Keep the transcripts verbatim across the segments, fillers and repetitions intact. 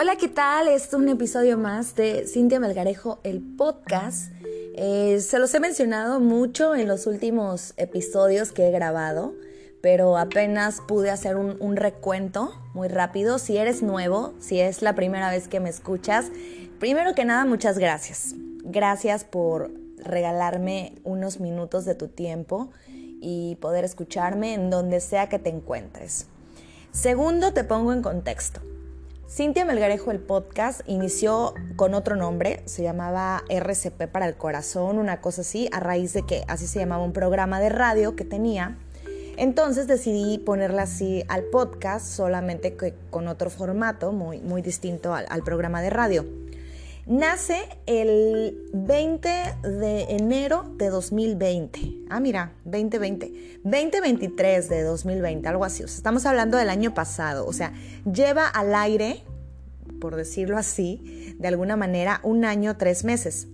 Hola, ¿qué tal? Este es un episodio más de Cintia Melgarejo, el podcast. Eh, se los he mencionado mucho en los últimos episodios que he grabado, pero apenas pude hacer un, un recuento muy rápido. Si eres nuevo, si es la primera vez que me escuchas, primero que nada, muchas gracias. Gracias por regalarme unos minutos de tu tiempo y poder escucharme en donde sea que te encuentres. Segundo, te pongo en contexto. Cintia Melgarejo, el podcast, inició con otro nombre, se llamaba R C P para el corazón, una cosa así, a raíz de que así se llamaba un programa de radio que tenía. Entonces decidí ponerla así al podcast, solamente que con otro formato muy, muy distinto al, al programa de radio. Nace el veinte de enero de dos mil veinte. Ah, mira, veinte veinte. veinte veintitrés de dos mil veinte, algo así. O sea, estamos hablando del año pasado. O sea, lleva al aire, por decirlo así, de alguna manera, un año, tres meses.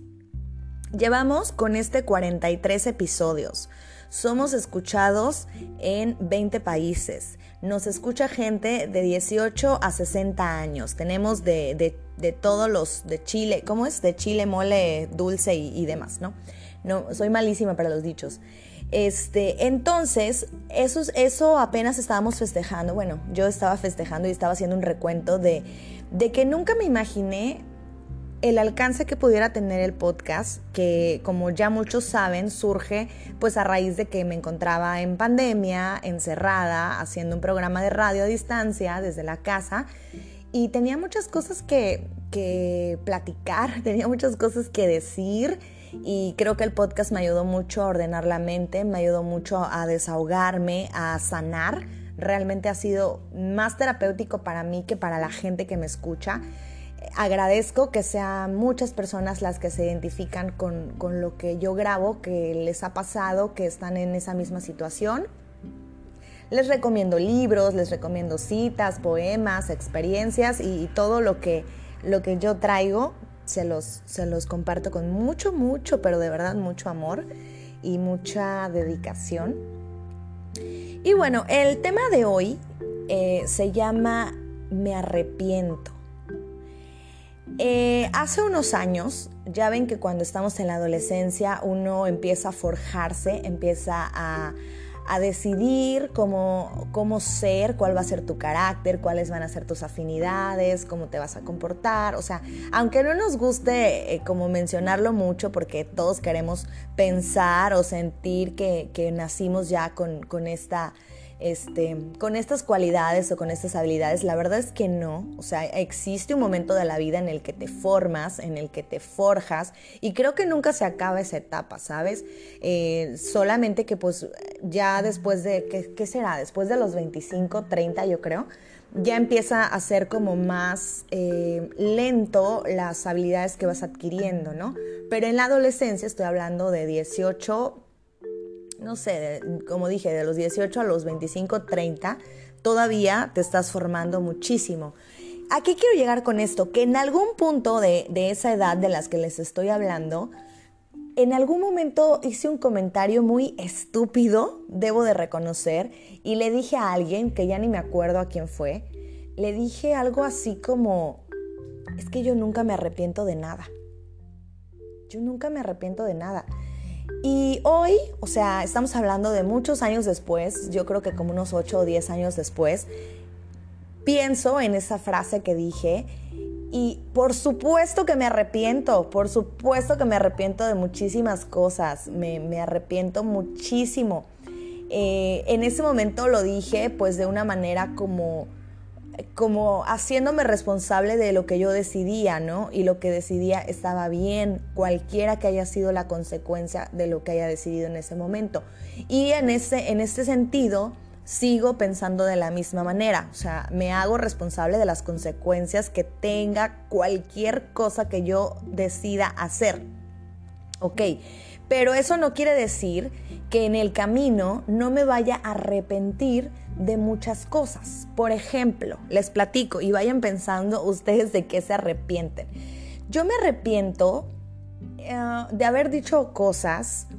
Llevamos con este cuarenta y tres episodios. Somos escuchados en veinte países. Nos escucha gente de dieciocho a sesenta años. Tenemos de, de, de todos los de Chile. ¿Cómo es? De chile, mole, dulce y, y demás, ¿no? No, soy malísima para los dichos. Este, entonces, eso, eso apenas estábamos festejando. Bueno, yo estaba festejando y estaba haciendo un recuento de, de que nunca me imaginé el alcance que pudiera tener el podcast, que como ya muchos saben, surge pues a raíz de que me encontraba en pandemia, encerrada, haciendo un programa de radio a distancia desde la casa y tenía muchas cosas que, que platicar, tenía muchas cosas que decir y creo que el podcast me ayudó mucho a ordenar la mente, me ayudó mucho a desahogarme, a sanar. Realmente ha sido más terapéutico para mí que para la gente que me escucha. Agradezco que sean muchas personas las que se identifican con, con lo que yo grabo, que les ha pasado, que están en esa misma situación. Les recomiendo libros, les recomiendo citas, poemas, experiencias y, y todo lo que, lo que yo traigo se los, se los comparto con mucho, mucho, pero de verdad mucho amor y mucha dedicación. Y bueno, el tema de hoy eh, se llama Me arrepiento. Eh, hace unos años, ya ven que cuando estamos en la adolescencia uno empieza a forjarse, empieza a, a decidir cómo, cómo ser, cuál va a ser tu carácter, cuáles van a ser tus afinidades, cómo te vas a comportar. O sea, aunque no nos guste eh, como mencionarlo mucho porque todos queremos pensar o sentir que, que nacimos ya con, con esta... Este, con estas cualidades o con estas habilidades, la verdad es que no. O sea, existe un momento de la vida en el que te formas, en el que te forjas y creo que nunca se acaba esa etapa, ¿sabes? Eh, solamente que pues ya después de, ¿qué, qué será? Después de los veinticinco, treinta yo creo, ya empieza a ser como más eh, lento las habilidades que vas adquiriendo, ¿no? Pero en la adolescencia estoy hablando de dieciocho, no sé, de, como dije, de los dieciocho a los veinticinco, treinta, todavía te estás formando muchísimo. ¿A qué quiero llegar con esto? Que en algún punto de, de esa edad de las que les estoy hablando, en algún momento hice un comentario muy estúpido, debo de reconocer, y le dije a alguien, que ya ni me acuerdo a quién fue, le dije algo así como, es que yo nunca me arrepiento de nada. Yo nunca me arrepiento de nada. Y hoy, o sea, estamos hablando de muchos años después, yo creo que como unos ocho o diez años después, pienso en esa frase que dije y por supuesto que me arrepiento, por supuesto que me arrepiento de muchísimas cosas, me, me arrepiento muchísimo. Eh, en ese momento lo dije pues de una manera como... como haciéndome responsable de lo que yo decidía, ¿no? Y lo que decidía estaba bien, cualquiera que haya sido la consecuencia de lo que haya decidido en ese momento. Y en ese, en este sentido, sigo pensando de la misma manera. O sea, me hago responsable de las consecuencias que tenga cualquier cosa que yo decida hacer. Ok, pero eso no quiere decir que en el camino no me vaya a arrepentir de muchas cosas. Por ejemplo, les platico y vayan pensando ustedes de qué se arrepienten. Yo me arrepiento uh, de haber dicho cosas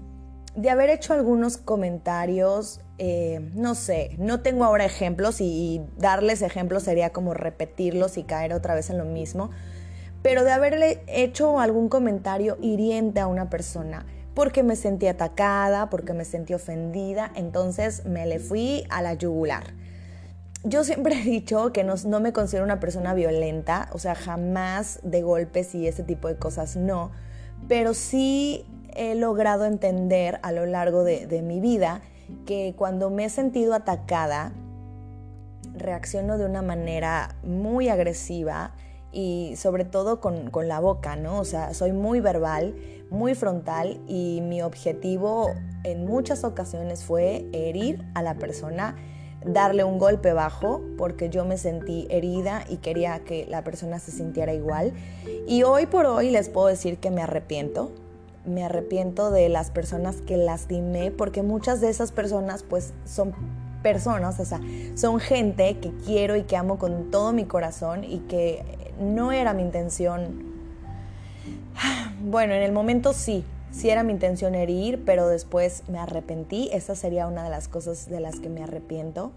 de haber hecho algunos comentarios, eh, no sé, no tengo ahora ejemplos y, y darles ejemplos sería como repetirlos y caer otra vez en lo mismo, pero de haberle hecho algún comentario hiriente a una persona, porque me sentí atacada, porque me sentí ofendida, entonces me le fui a la yugular. Yo siempre he dicho que no, no me considero una persona violenta, o sea, jamás de golpes y ese tipo de cosas, no, pero sí he logrado entender a lo largo de, de mi vida que cuando me he sentido atacada, reacciono de una manera muy agresiva y sobre todo con, con la boca, ¿no? O sea, soy muy verbal, muy frontal y mi objetivo en muchas ocasiones fue herir a la persona, darle un golpe bajo porque yo me sentí herida y quería que la persona se sintiera igual. Y hoy por hoy les puedo decir que me arrepiento. Me arrepiento de las personas que lastimé porque muchas de esas personas pues son personas, o sea, son gente que quiero y que amo con todo mi corazón y que no era mi intención. Bueno, en el momento sí, sí era mi intención herir, pero después me arrepentí. Esa sería una de las cosas de las que me arrepiento.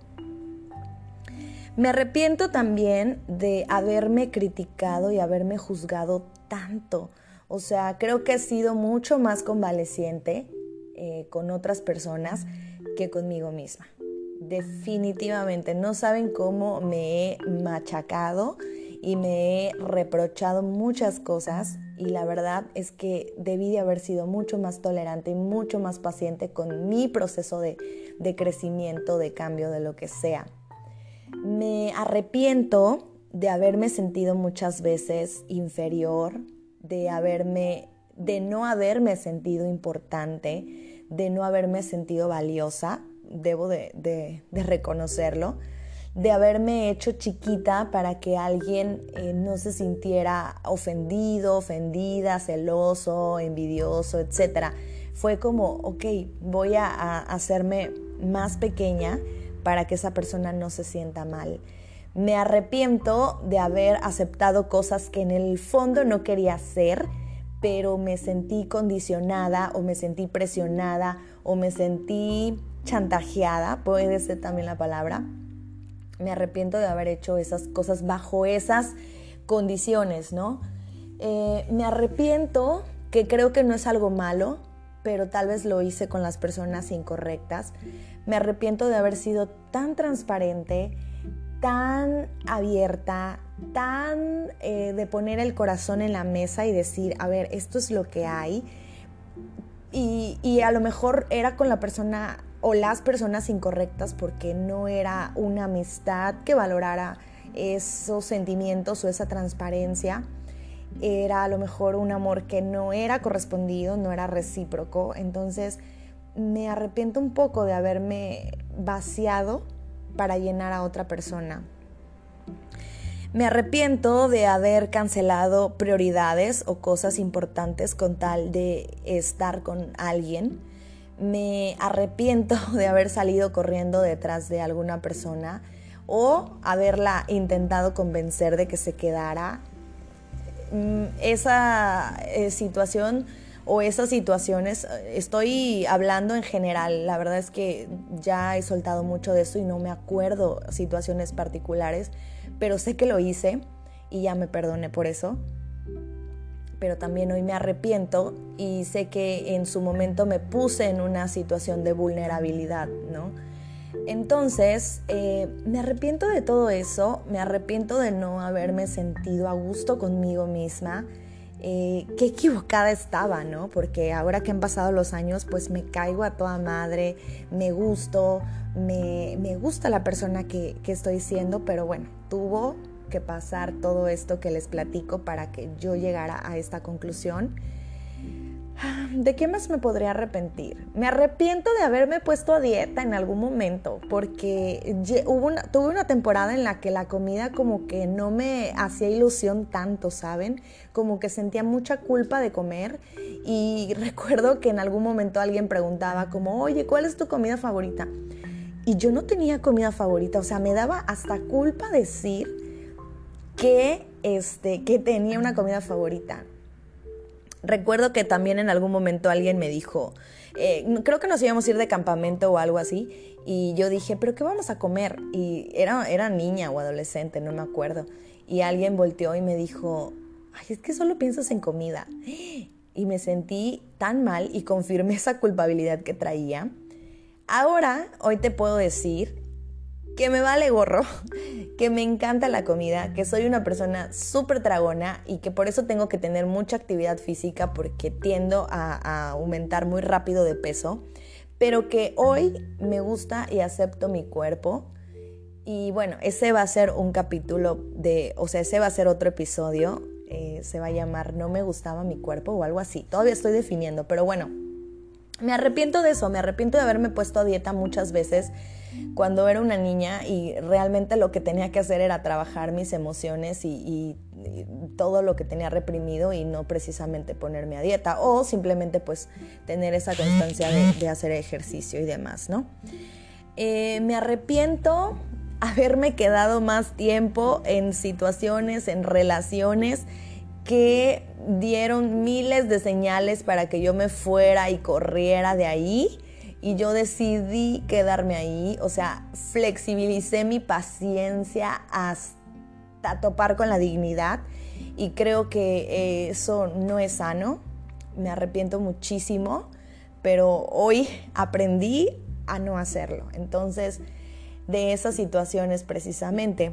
Me arrepiento también de haberme criticado y haberme juzgado tanto. O sea, creo que he sido mucho más convaleciente eh, con otras personas que conmigo misma. Definitivamente, no saben cómo me he machacado y me he reprochado muchas cosas y la verdad es que debí de haber sido mucho más tolerante y mucho más paciente con mi proceso de, de crecimiento, de cambio, de lo que sea. Me arrepiento de haberme sentido muchas veces inferior, de haberme, de no haberme sentido importante, de no haberme sentido valiosa, debo de, de, de reconocerlo, de haberme hecho chiquita para que alguien eh, no se sintiera ofendido, ofendida, celoso, envidioso, etcétera. Fue como, ok, voy a, a hacerme más pequeña para que esa persona no se sienta mal. Me arrepiento de haber aceptado cosas que en el fondo no quería hacer, pero me sentí condicionada o me sentí presionada o me sentí chantajeada, puede ser también la palabra. Me arrepiento de haber hecho esas cosas bajo esas condiciones, ¿no? Eh, me arrepiento, que creo que no es algo malo, pero tal vez lo hice con las personas incorrectas. Me arrepiento de haber sido tan transparente, tan abierta, tan eh, de poner el corazón en la mesa y decir, a ver, esto es lo que hay. Y, y a lo mejor era con la persona o las personas incorrectas porque no era una amistad que valorara esos sentimientos o esa transparencia. Era a lo mejor un amor que no era correspondido, no era recíproco. Entonces me arrepiento un poco de haberme vaciado para llenar a otra persona. Me arrepiento de haber cancelado prioridades o cosas importantes con tal de estar con alguien. Me arrepiento de haber salido corriendo detrás de alguna persona o haberla intentado convencer de que se quedara. Esa eh, situación o esas situaciones, estoy hablando en general, la verdad es que ya he soltado mucho de eso y no me acuerdo situaciones particulares, pero sé que lo hice y ya me perdoné por eso. Pero también hoy me arrepiento y sé que en su momento me puse en una situación de vulnerabilidad, ¿no? Entonces, eh, me arrepiento de todo eso, me arrepiento de no haberme sentido a gusto conmigo misma. Eh, qué equivocada estaba, ¿no? Porque ahora que han pasado los años, pues me caigo a toda madre, me gusto, me, me gusta la persona que, que estoy siendo, pero bueno, tuvo que pasar todo esto que les platico para que yo llegara a esta conclusión. ¿De qué más me podría arrepentir? Me arrepiento de haberme puesto a dieta en algún momento porque hubo una, tuve una temporada en la que la comida como que no me hacía ilusión tanto, ¿saben? Como que sentía mucha culpa de comer y recuerdo que en algún momento alguien preguntaba como, oye, ¿cuál es tu comida favorita? Y yo no tenía comida favorita, o sea, me daba hasta culpa decir que, este, que tenía una comida favorita. Recuerdo que también en algún momento alguien me dijo, eh, creo que nos íbamos a ir de campamento o algo así, y yo dije, ¿pero qué vamos a comer? Y era, era niña o adolescente, no me acuerdo. Y alguien volteó y me dijo, ay, es que solo piensas en comida. Y me sentí tan mal y confirmé esa culpabilidad que traía. Ahora, hoy te puedo decir que me vale gorro, que me encanta la comida, que soy una persona súper tragona y que por eso tengo que tener mucha actividad física porque tiendo a, a aumentar muy rápido de peso, pero que hoy me gusta y acepto mi cuerpo. Y bueno, ese va a ser un capítulo de, o sea, ese va a ser otro episodio, eh, se va a llamar No me gustaba mi cuerpo o algo así, todavía estoy definiendo, pero bueno, me arrepiento de eso, me arrepiento de haberme puesto a dieta muchas veces cuando era una niña y realmente lo que tenía que hacer era trabajar mis emociones y, y, y todo lo que tenía reprimido y no precisamente ponerme a dieta o simplemente pues tener esa constancia de, de hacer ejercicio y demás, ¿no? Eh, me arrepiento haberme quedado más tiempo en situaciones, en relaciones que dieron miles de señales para que yo me fuera y corriera de ahí y yo decidí quedarme ahí, o sea, flexibilicé mi paciencia hasta topar con la dignidad y creo que eh, eso no es sano, me arrepiento muchísimo, pero hoy aprendí a no hacerlo. Entonces, de esas situaciones precisamente,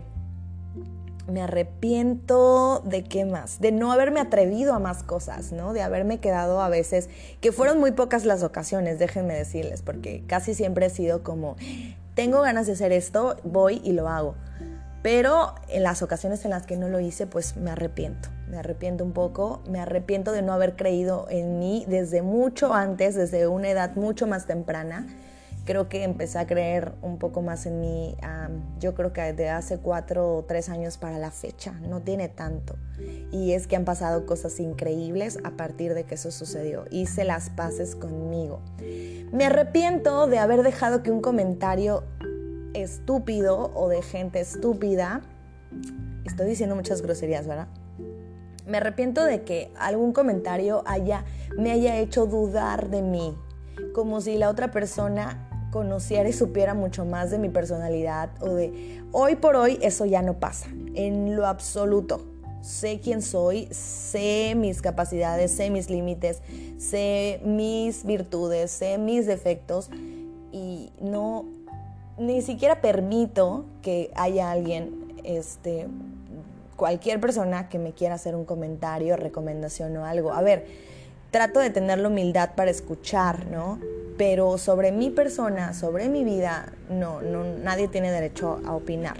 me arrepiento de qué más, de no haberme atrevido a más cosas, ¿no? De haberme quedado a veces, que fueron muy pocas las ocasiones, déjenme decirles, porque casi siempre he sido como, tengo ganas de hacer esto, voy y lo hago. Pero en las ocasiones en las que no lo hice, pues me arrepiento, me arrepiento un poco, me arrepiento de no haber creído en mí desde mucho antes, desde una edad mucho más temprana. Creo que empecé a creer un poco más en mí, um, yo creo que de hace cuatro o tres años para la fecha, no tiene tanto. Y es que han pasado cosas increíbles a partir de que eso sucedió. Hice las paces conmigo. Me arrepiento de haber dejado que un comentario estúpido o de gente estúpida, estoy diciendo muchas groserías, ¿verdad? Me arrepiento de que algún comentario haya, me haya hecho dudar de mí, como si la otra persona conociera y supiera mucho más de mi personalidad o de hoy por hoy eso ya no pasa, en lo absoluto. Sé quién soy, sé mis capacidades, sé mis límites, sé mis virtudes, sé mis defectos y no, ni siquiera permito que haya alguien, este, cualquier persona que me quiera hacer un comentario, recomendación o algo. A ver, trato de tener la humildad para escuchar, ¿no? Pero sobre mi persona, sobre mi vida, no, no, nadie tiene derecho a opinar.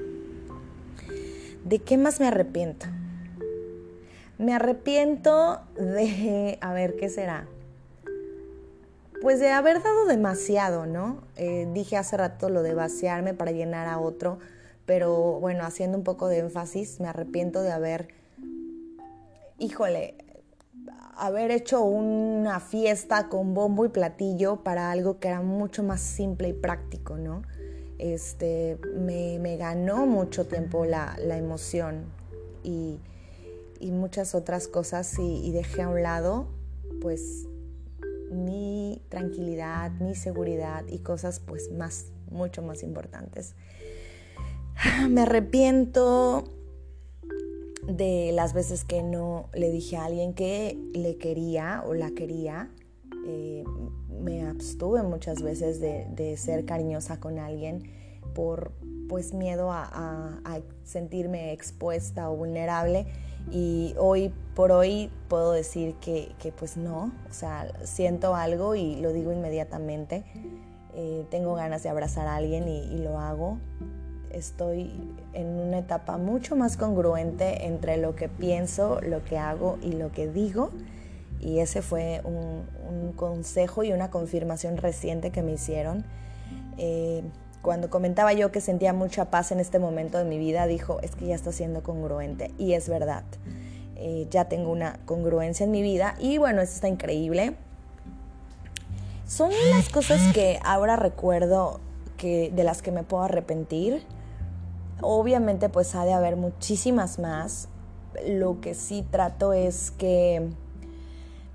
¿De qué más me arrepiento? Me arrepiento de, a ver, ¿qué será? Pues de haber dado demasiado, ¿no? Eh, dije hace rato lo de vaciarme para llenar a otro, pero bueno, haciendo un poco de énfasis, me arrepiento de haber, híjole, haber hecho una fiesta con bombo y platillo para algo que era mucho más simple y práctico, ¿no? Este, me, me ganó mucho tiempo la, la emoción y, y muchas otras cosas y, y dejé a un lado, pues, mi tranquilidad, mi seguridad y cosas, pues, más, mucho más importantes. Me arrepiento de las veces que no le dije a alguien que le quería o la quería. Eh, me abstuve muchas veces de, de ser cariñosa con alguien por pues miedo a, a, a sentirme expuesta o vulnerable y hoy por hoy puedo decir que, que pues no, o sea, siento algo y lo digo inmediatamente. Eh, tengo ganas de abrazar a alguien y, y lo hago. Estoy en una etapa mucho más congruente entre lo que pienso, lo que hago y lo que digo. Y ese fue un, un consejo y una confirmación reciente que me hicieron. Eh, cuando comentaba yo que sentía mucha paz en este momento de mi vida, dijo, es que ya está siendo congruente. Y es verdad. Eh, ya tengo una congruencia en mi vida y bueno, eso está increíble. Son las cosas que ahora recuerdo que, de las que me puedo arrepentir. Obviamente pues ha de haber muchísimas más. Lo que sí trato es que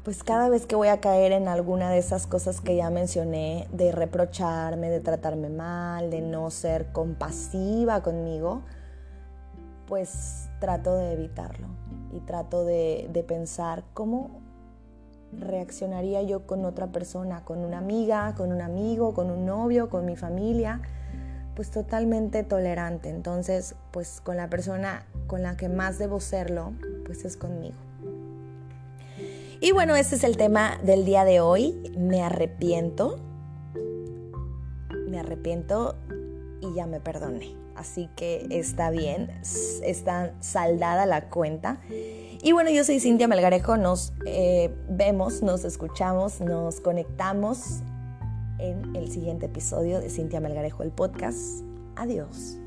pues cada vez que voy a caer en alguna de esas cosas que ya mencioné, de reprocharme, de tratarme mal, de no ser compasiva conmigo, pues trato de evitarlo y trato de, de pensar cómo reaccionaría yo con otra persona, con una amiga, con un amigo, con un novio, con mi familia, pues totalmente tolerante. Entonces, pues con la persona con la que más debo serlo, pues es conmigo. Y bueno, ese es el tema del día de hoy. Me arrepiento. Me arrepiento y ya me perdoné. Así que está bien, está saldada la cuenta. Y bueno, yo soy Cintia Melgarejo. Nos eh, vemos, nos escuchamos, nos conectamos en el siguiente episodio de Cintia Melgarejo, el podcast. Adiós.